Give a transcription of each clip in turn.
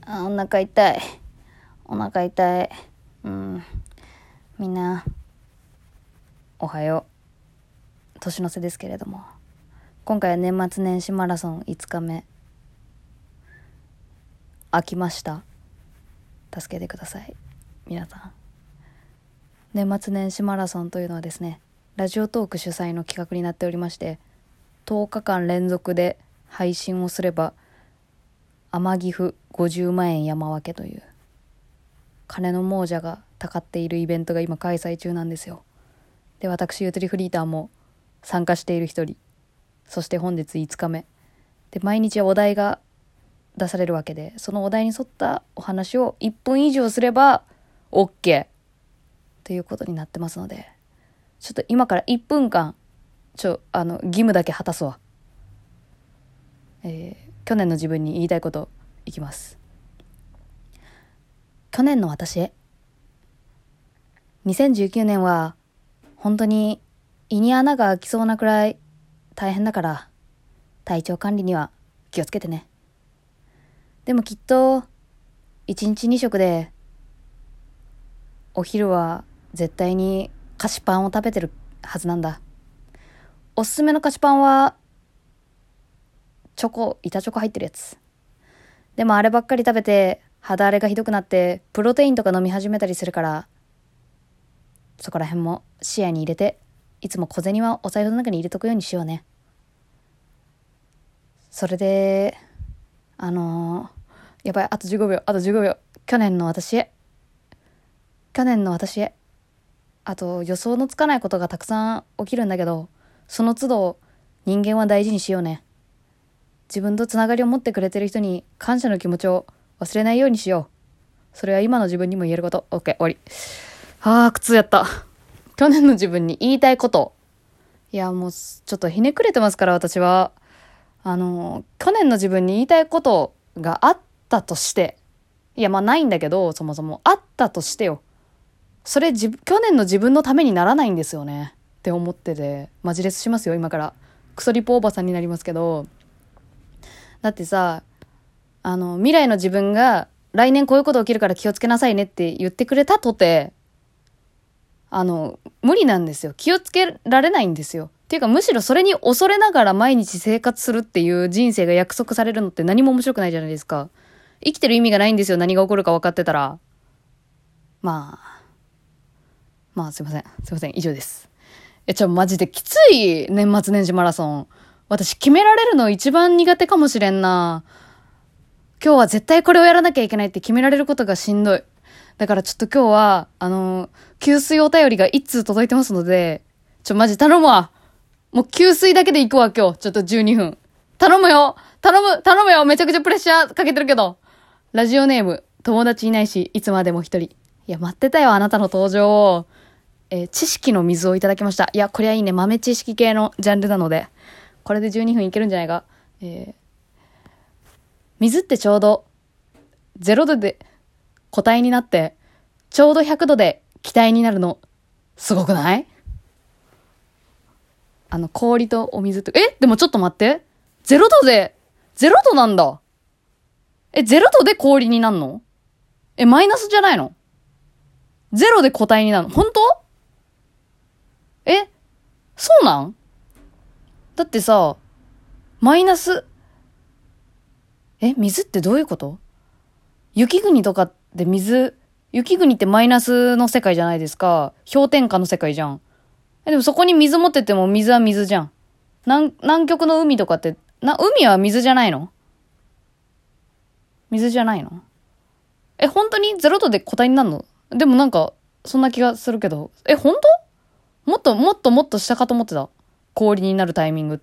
お腹痛い。お腹痛い。みんな、おはよう。年の瀬ですけれども。今回は年末年始マラソン5日目。飽きました。助けてください。皆さん。年末年始マラソンというのはですね、ラジオトーク主催の企画になっておりまして、10日間連続で配信をすれば、天城府50万円山分けという金の亡者がたかっているイベントが今開催中なんですよ。で、私ゆとりフリーターも参加している一人。そして本日5日目で、毎日お題が出されるわけで、そのお題に沿ったお話を1分以上すれば OK ということになってますので、ちょっと今から1分間義務だけ果たすわ。去年の自分に言いたいこといきます。去年の私へ。2019年は本当に胃に穴が開きそうなくらい大変だから、体調管理には気をつけてね。でもきっと1日2食でお昼は絶対に菓子パンを食べてるはずなんだ。おすすめの菓子パンは板チョコ入ってるやつ。でもあればっかり食べて肌荒れがひどくなってプロテインとか飲み始めたりするから、そこら辺も視野に入れて、いつも小銭はお財布の中に入れとくようにしようね。それでやばい、あと15秒。去年の私へ。あと予想のつかないことがたくさん起きるんだけど、その都度人間は大事にしようね。自分とつながりを持ってくれてる人に感謝の気持ちを忘れないようにしよう。それは今の自分にも言えること。 OK、 終わり。苦痛やった。去年の自分に言いたいこと。いや、もうちょっとひねくれてますから、私は去年の自分に言いたいことがあったとして、いやないんだけど、そもそもあったとしてよ、それ去年の自分のためにならないんですよねって思ってて、マジレスしますよ。今からクソリポおばさんになりますけど、だってさ、未来の自分が来年こういうこと起きるから気をつけなさいねって言ってくれたとて、無理なんですよ。気をつけられないんですよ。っていうか、むしろそれに恐れながら毎日生活するっていう人生が約束されるのって何も面白くないじゃないですか。生きてる意味がないんですよ。何が起こるか分かってたら。まあ、すいません。以上です。マジできつい年末年始マラソン。私決められるの一番苦手かもしれんな。今日は絶対これをやらなきゃいけないって決められることがしんどい。だからちょっと今日は、給水お便りが1通届いてますので、マジ頼むわ。もう給水だけで行くわ、今日。ちょっと12分。頼むよ。めちゃくちゃプレッシャーかけてるけど。ラジオネーム、友達いないし、いつまでも一人。いや、待ってたよ、あなたの登場を。知識の水をいただきました。いや、これはいいね。豆知識系のジャンルなので。これで12分いけるんじゃないか。水ってちょうど0度で固体になって、ちょうど100度で気体になるの、すごくない？氷とお水って、でもちょっと待って。0度なんだ。0度で氷になるの？マイナスじゃないの？0で固体になるの？本当？そうなん？だってさ、マイナス、水ってどういうこと？雪国とかで雪国ってマイナスの世界じゃないですか。氷点下の世界じゃん。でもそこに水持ってても水は水じゃん。南極の海とかって、海は水じゃないの？水じゃないの？本当に0度で固体になるの？でもなんか、そんな気がするけど。本当？もっと下かと思ってた。氷になるタイミングって。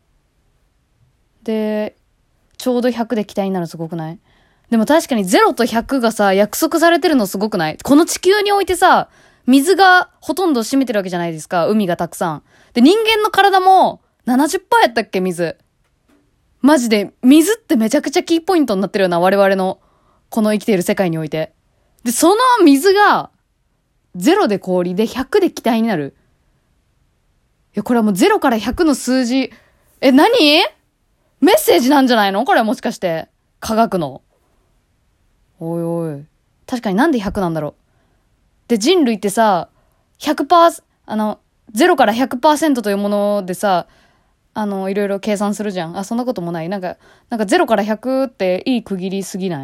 で、ちょうど100で気体になるのすごくない？でも確かに0と100がさ、約束されてるのすごくない？この地球においてさ、水がほとんど占めてるわけじゃないですか。海がたくさん。で、人間の体も 70% やったっけ、水。マジで、水ってめちゃくちゃキーポイントになってるよな、我々の、この生きている世界において。で、その水が、0で氷で100で気体になる。いや、これはもう0から100の数字。何？メッセージなんじゃないの？これはもしかして。科学の。 おいおい。確かになんで100なんだろう。で、人類ってさ、100%、0から100%というものでさ、いろいろ計算するじゃん。あ、そんなこともない。なんか0から100っていい区切りすぎない？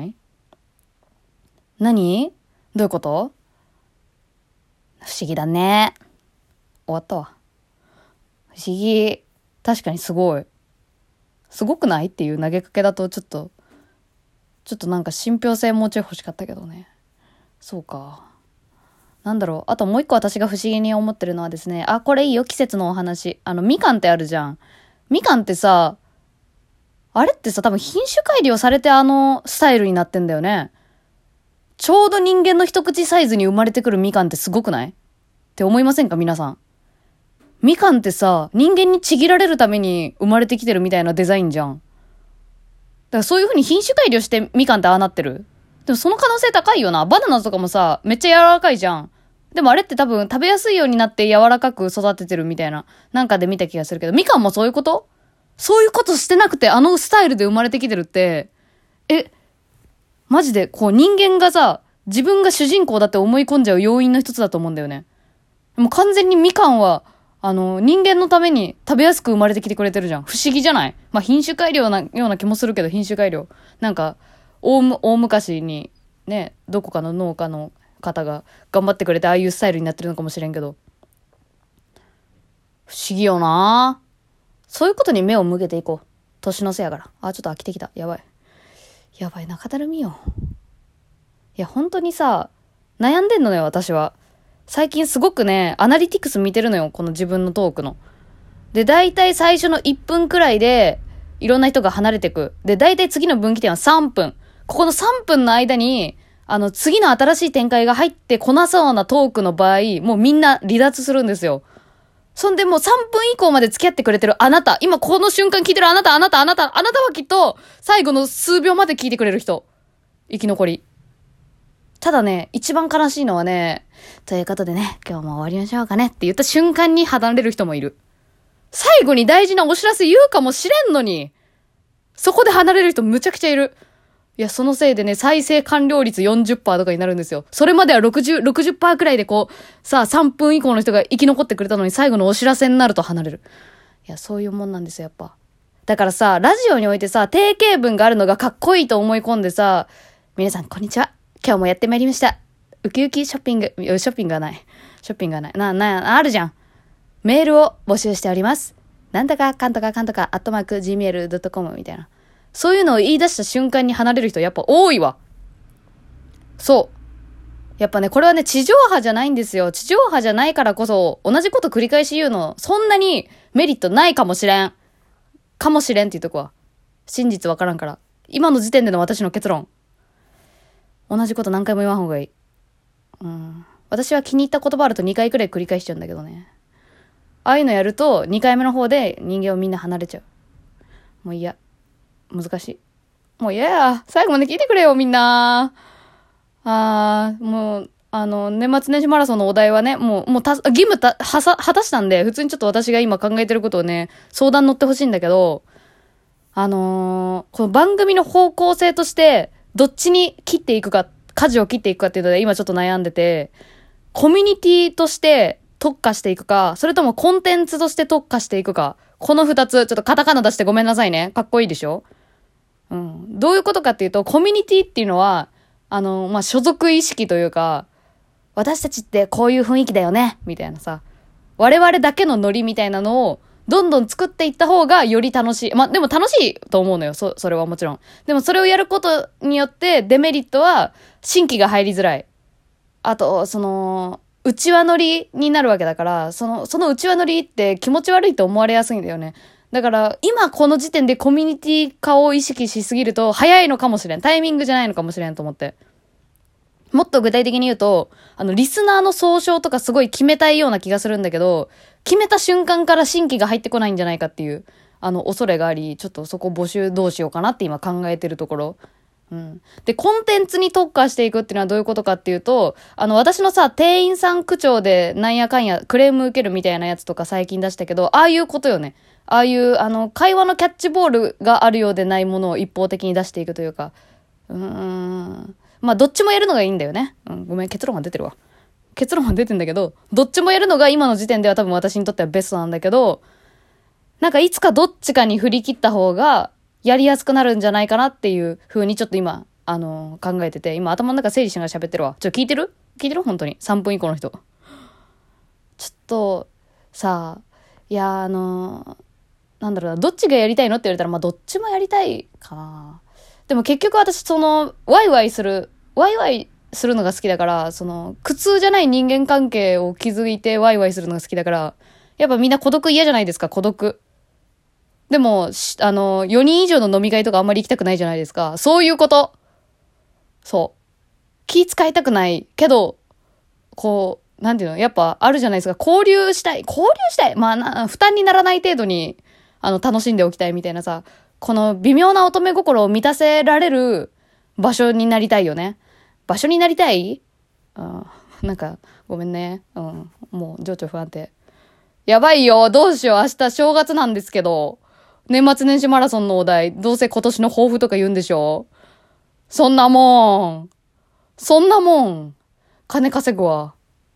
何？どういうこと？不思議だね。終わったわ。不思議。確かにすごい。すごくないっていう投げかけだとちょっとなんか信憑性もうちょい欲しかったけどね。そうか。なんだろう。あともう一個私が不思議に思ってるのはですね。あ、これいいよ。季節のお話。みかんってあるじゃん。みかんってさ、あれってさ、多分品種改良されてスタイルになってんだよね。ちょうど人間の一口サイズに生まれてくるみかんってすごくないって思いませんか皆さん。みかんってさ、人間にちぎられるために生まれてきてるみたいなデザインじゃん。だからそういう風に品種改良してみかんってああなってる。でもその可能性高いよな。バナナとかもさ、めっちゃ柔らかいじゃん。でもあれって多分食べやすいようになって柔らかく育ててるみたいな、なんかで見た気がするけど、みかんもそういうこと？そういうことしてなくてスタイルで生まれてきてるって、マジでこう人間がさ、自分が主人公だって思い込んじゃう要因の一つだと思うんだよね。もう完全にみかんは、人間のために食べやすく生まれてきてくれてるじゃん。不思議じゃない？まあ、品種改良なような気もするけど、品種改良。なんか、大昔に、ね、どこかの農家の方が頑張ってくれて、ああいうスタイルになってるのかもしれんけど。不思議よな。そういうことに目を向けていこう。年の瀬やから。あ、ちょっと飽きてきた。やばい。やばい、中だるみよ。いや、本当にさ、悩んでんのよ、私は。最近すごくね、アナリティクス見てるのよ、この自分のトークの。で、大体最初の1分くらいで、いろんな人が離れてく。で、大体次の分岐点は3分。ここの3分の間に、次の新しい展開が入ってこなそうなトークの場合、もうみんな離脱するんですよ。そんでもう3分以降まで付き合ってくれてるあなた、今この瞬間聞いてるあなたはきっと、最後の数秒まで聞いてくれる人。生き残り。ただね、一番悲しいのはね、ということでね、今日も終わりましょうかねって言った瞬間に離れる人もいる。最後に大事なお知らせ言うかもしれんのに、そこで離れる人むちゃくちゃいる。いや、そのせいでね、再生完了率 40% とかになるんですよ。それまでは60% くらいでこう、さあ3分以降の人が生き残ってくれたのに最後のお知らせになると離れる。いや、そういうもんなんですよ、やっぱ。だからさ、ラジオにおいてさ、定型文があるのがかっこいいと思い込んでさ、皆さんこんにちは。今日もやってまいりました。ウキウキショッピング。ショッピングはない。ショッピングはない。あるじゃん。メールを募集しております。なんとかかんとかかんとか、@gmail.com みたいな。そういうのを言い出した瞬間に離れる人やっぱ多いわ。そう。やっぱね、これはね、地上波じゃないんですよ。地上波じゃないからこそ、同じこと繰り返し言うの、そんなにメリットないかもしれん。かもしれんっていうとこは。真実わからんから。今の時点での私の結論。同じこと何回も言わん方がいい。私は気に入った言葉あると2回くらい繰り返しちゃうんだけどね。ああいうのやると2回目の方で人間をみんな離れちゃう。もう嫌。難しい。もう嫌や。最後まで聞いてくれよ、みんな。もう、年末年始マラソンのお題はね、もう義務果たしたんで、普通にちょっと私が今考えてることをね、相談乗ってほしいんだけど、この番組の方向性として、どっちに切っていくか、舵を切っていくかっていうので今ちょっと悩んでて、コミュニティとして特化していくか、それともコンテンツとして特化していくか、この二つ、ちょっとカタカナ出してごめんなさいね。かっこいいでしょ？どういうことかっていうと、コミュニティっていうのは、所属意識というか、私たちってこういう雰囲気だよね、みたいなさ、我々だけのノリみたいなのを、どんどん作っていった方がより楽しい。でも楽しいと思うのよ。それはもちろん。でもそれをやることによってデメリットは新規が入りづらい。あと、内輪乗りになるわけだから、その内輪乗りって気持ち悪いと思われやすいんだよね。だから、今この時点でコミュニティ化を意識しすぎると早いのかもしれん。タイミングじゃないのかもしれんと思って。もっと具体的に言うと、リスナーの総称とかすごい決めたいような気がするんだけど、決めた瞬間から新規が入ってこないんじゃないかっていう、恐れがあり、ちょっとそこ募集どうしようかなって今考えてるところ。で、コンテンツに特化していくっていうのはどういうことかっていうと、私のさ、店員さん口調でなんやかんやクレーム受けるみたいなやつとか最近出したけど、ああいうことよね。ああいう、会話のキャッチボールがあるようでないものを一方的に出していくというか、 まあどっちもやるのがいいんだよね。ごめん、結論が出てるわ。結論は出てんだけど、どっちもやるのが今の時点では多分私にとってはベストなんだけど、なんかいつかどっちかに振り切った方がやりやすくなるんじゃないかなっていう風にちょっと今、考えてて、今頭の中整理しながら喋ってるわ。聞いてる本当に。3分以降の人。ちょっと、さあ、いや、なんだろうな、どっちがやりたいのって言われたら、まあどっちもやりたいかな。でも結局私、ワイワイするのが好きだから、苦痛じゃない人間関係を築いてワイワイするのが好きだから、やっぱみんな孤独嫌じゃないですか、孤独。でも、4人以上の飲み会とかあんまり行きたくないじゃないですか。そういうこと。そう。気使いたくないけど、こう、なんていうの、やっぱあるじゃないですか。交流したい。まあ負担にならない程度に、楽しんでおきたいみたいなさ、この微妙な乙女心を満たせられる場所になりたいよね。場所になりたい？なんか、ごめんね。もう情緒不安定。やばいよ。どうしよう。明日正月なんですけど。年末年始マラソンのお題、どうせ今年の抱負とか言うんでしょ？そんなもん。金稼ぐわ。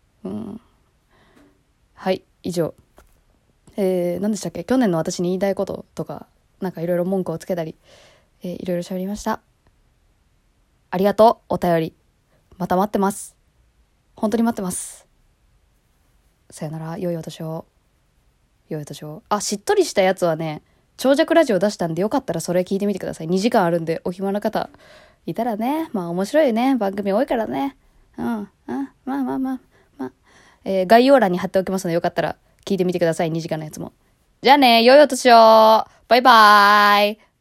はい、以上。何でしたっけ？去年の私に言いたいこととか、なんかいろいろ文句をつけたり、いろいろ喋りました。ありがとう、お便り。また待ってます。本当に待ってます。さよなら、良いお年を。しっとりしたやつはね、長尺ラジオ出したんでよかったらそれ聞いてみてください。2時間あるんで、お暇な方いたらね、まあ面白いね、番組多いからね。まあ。概要欄に貼っておきますのでよかったら聞いてみてください。2時間のやつも。じゃあね、良いお年を。バイバーイ。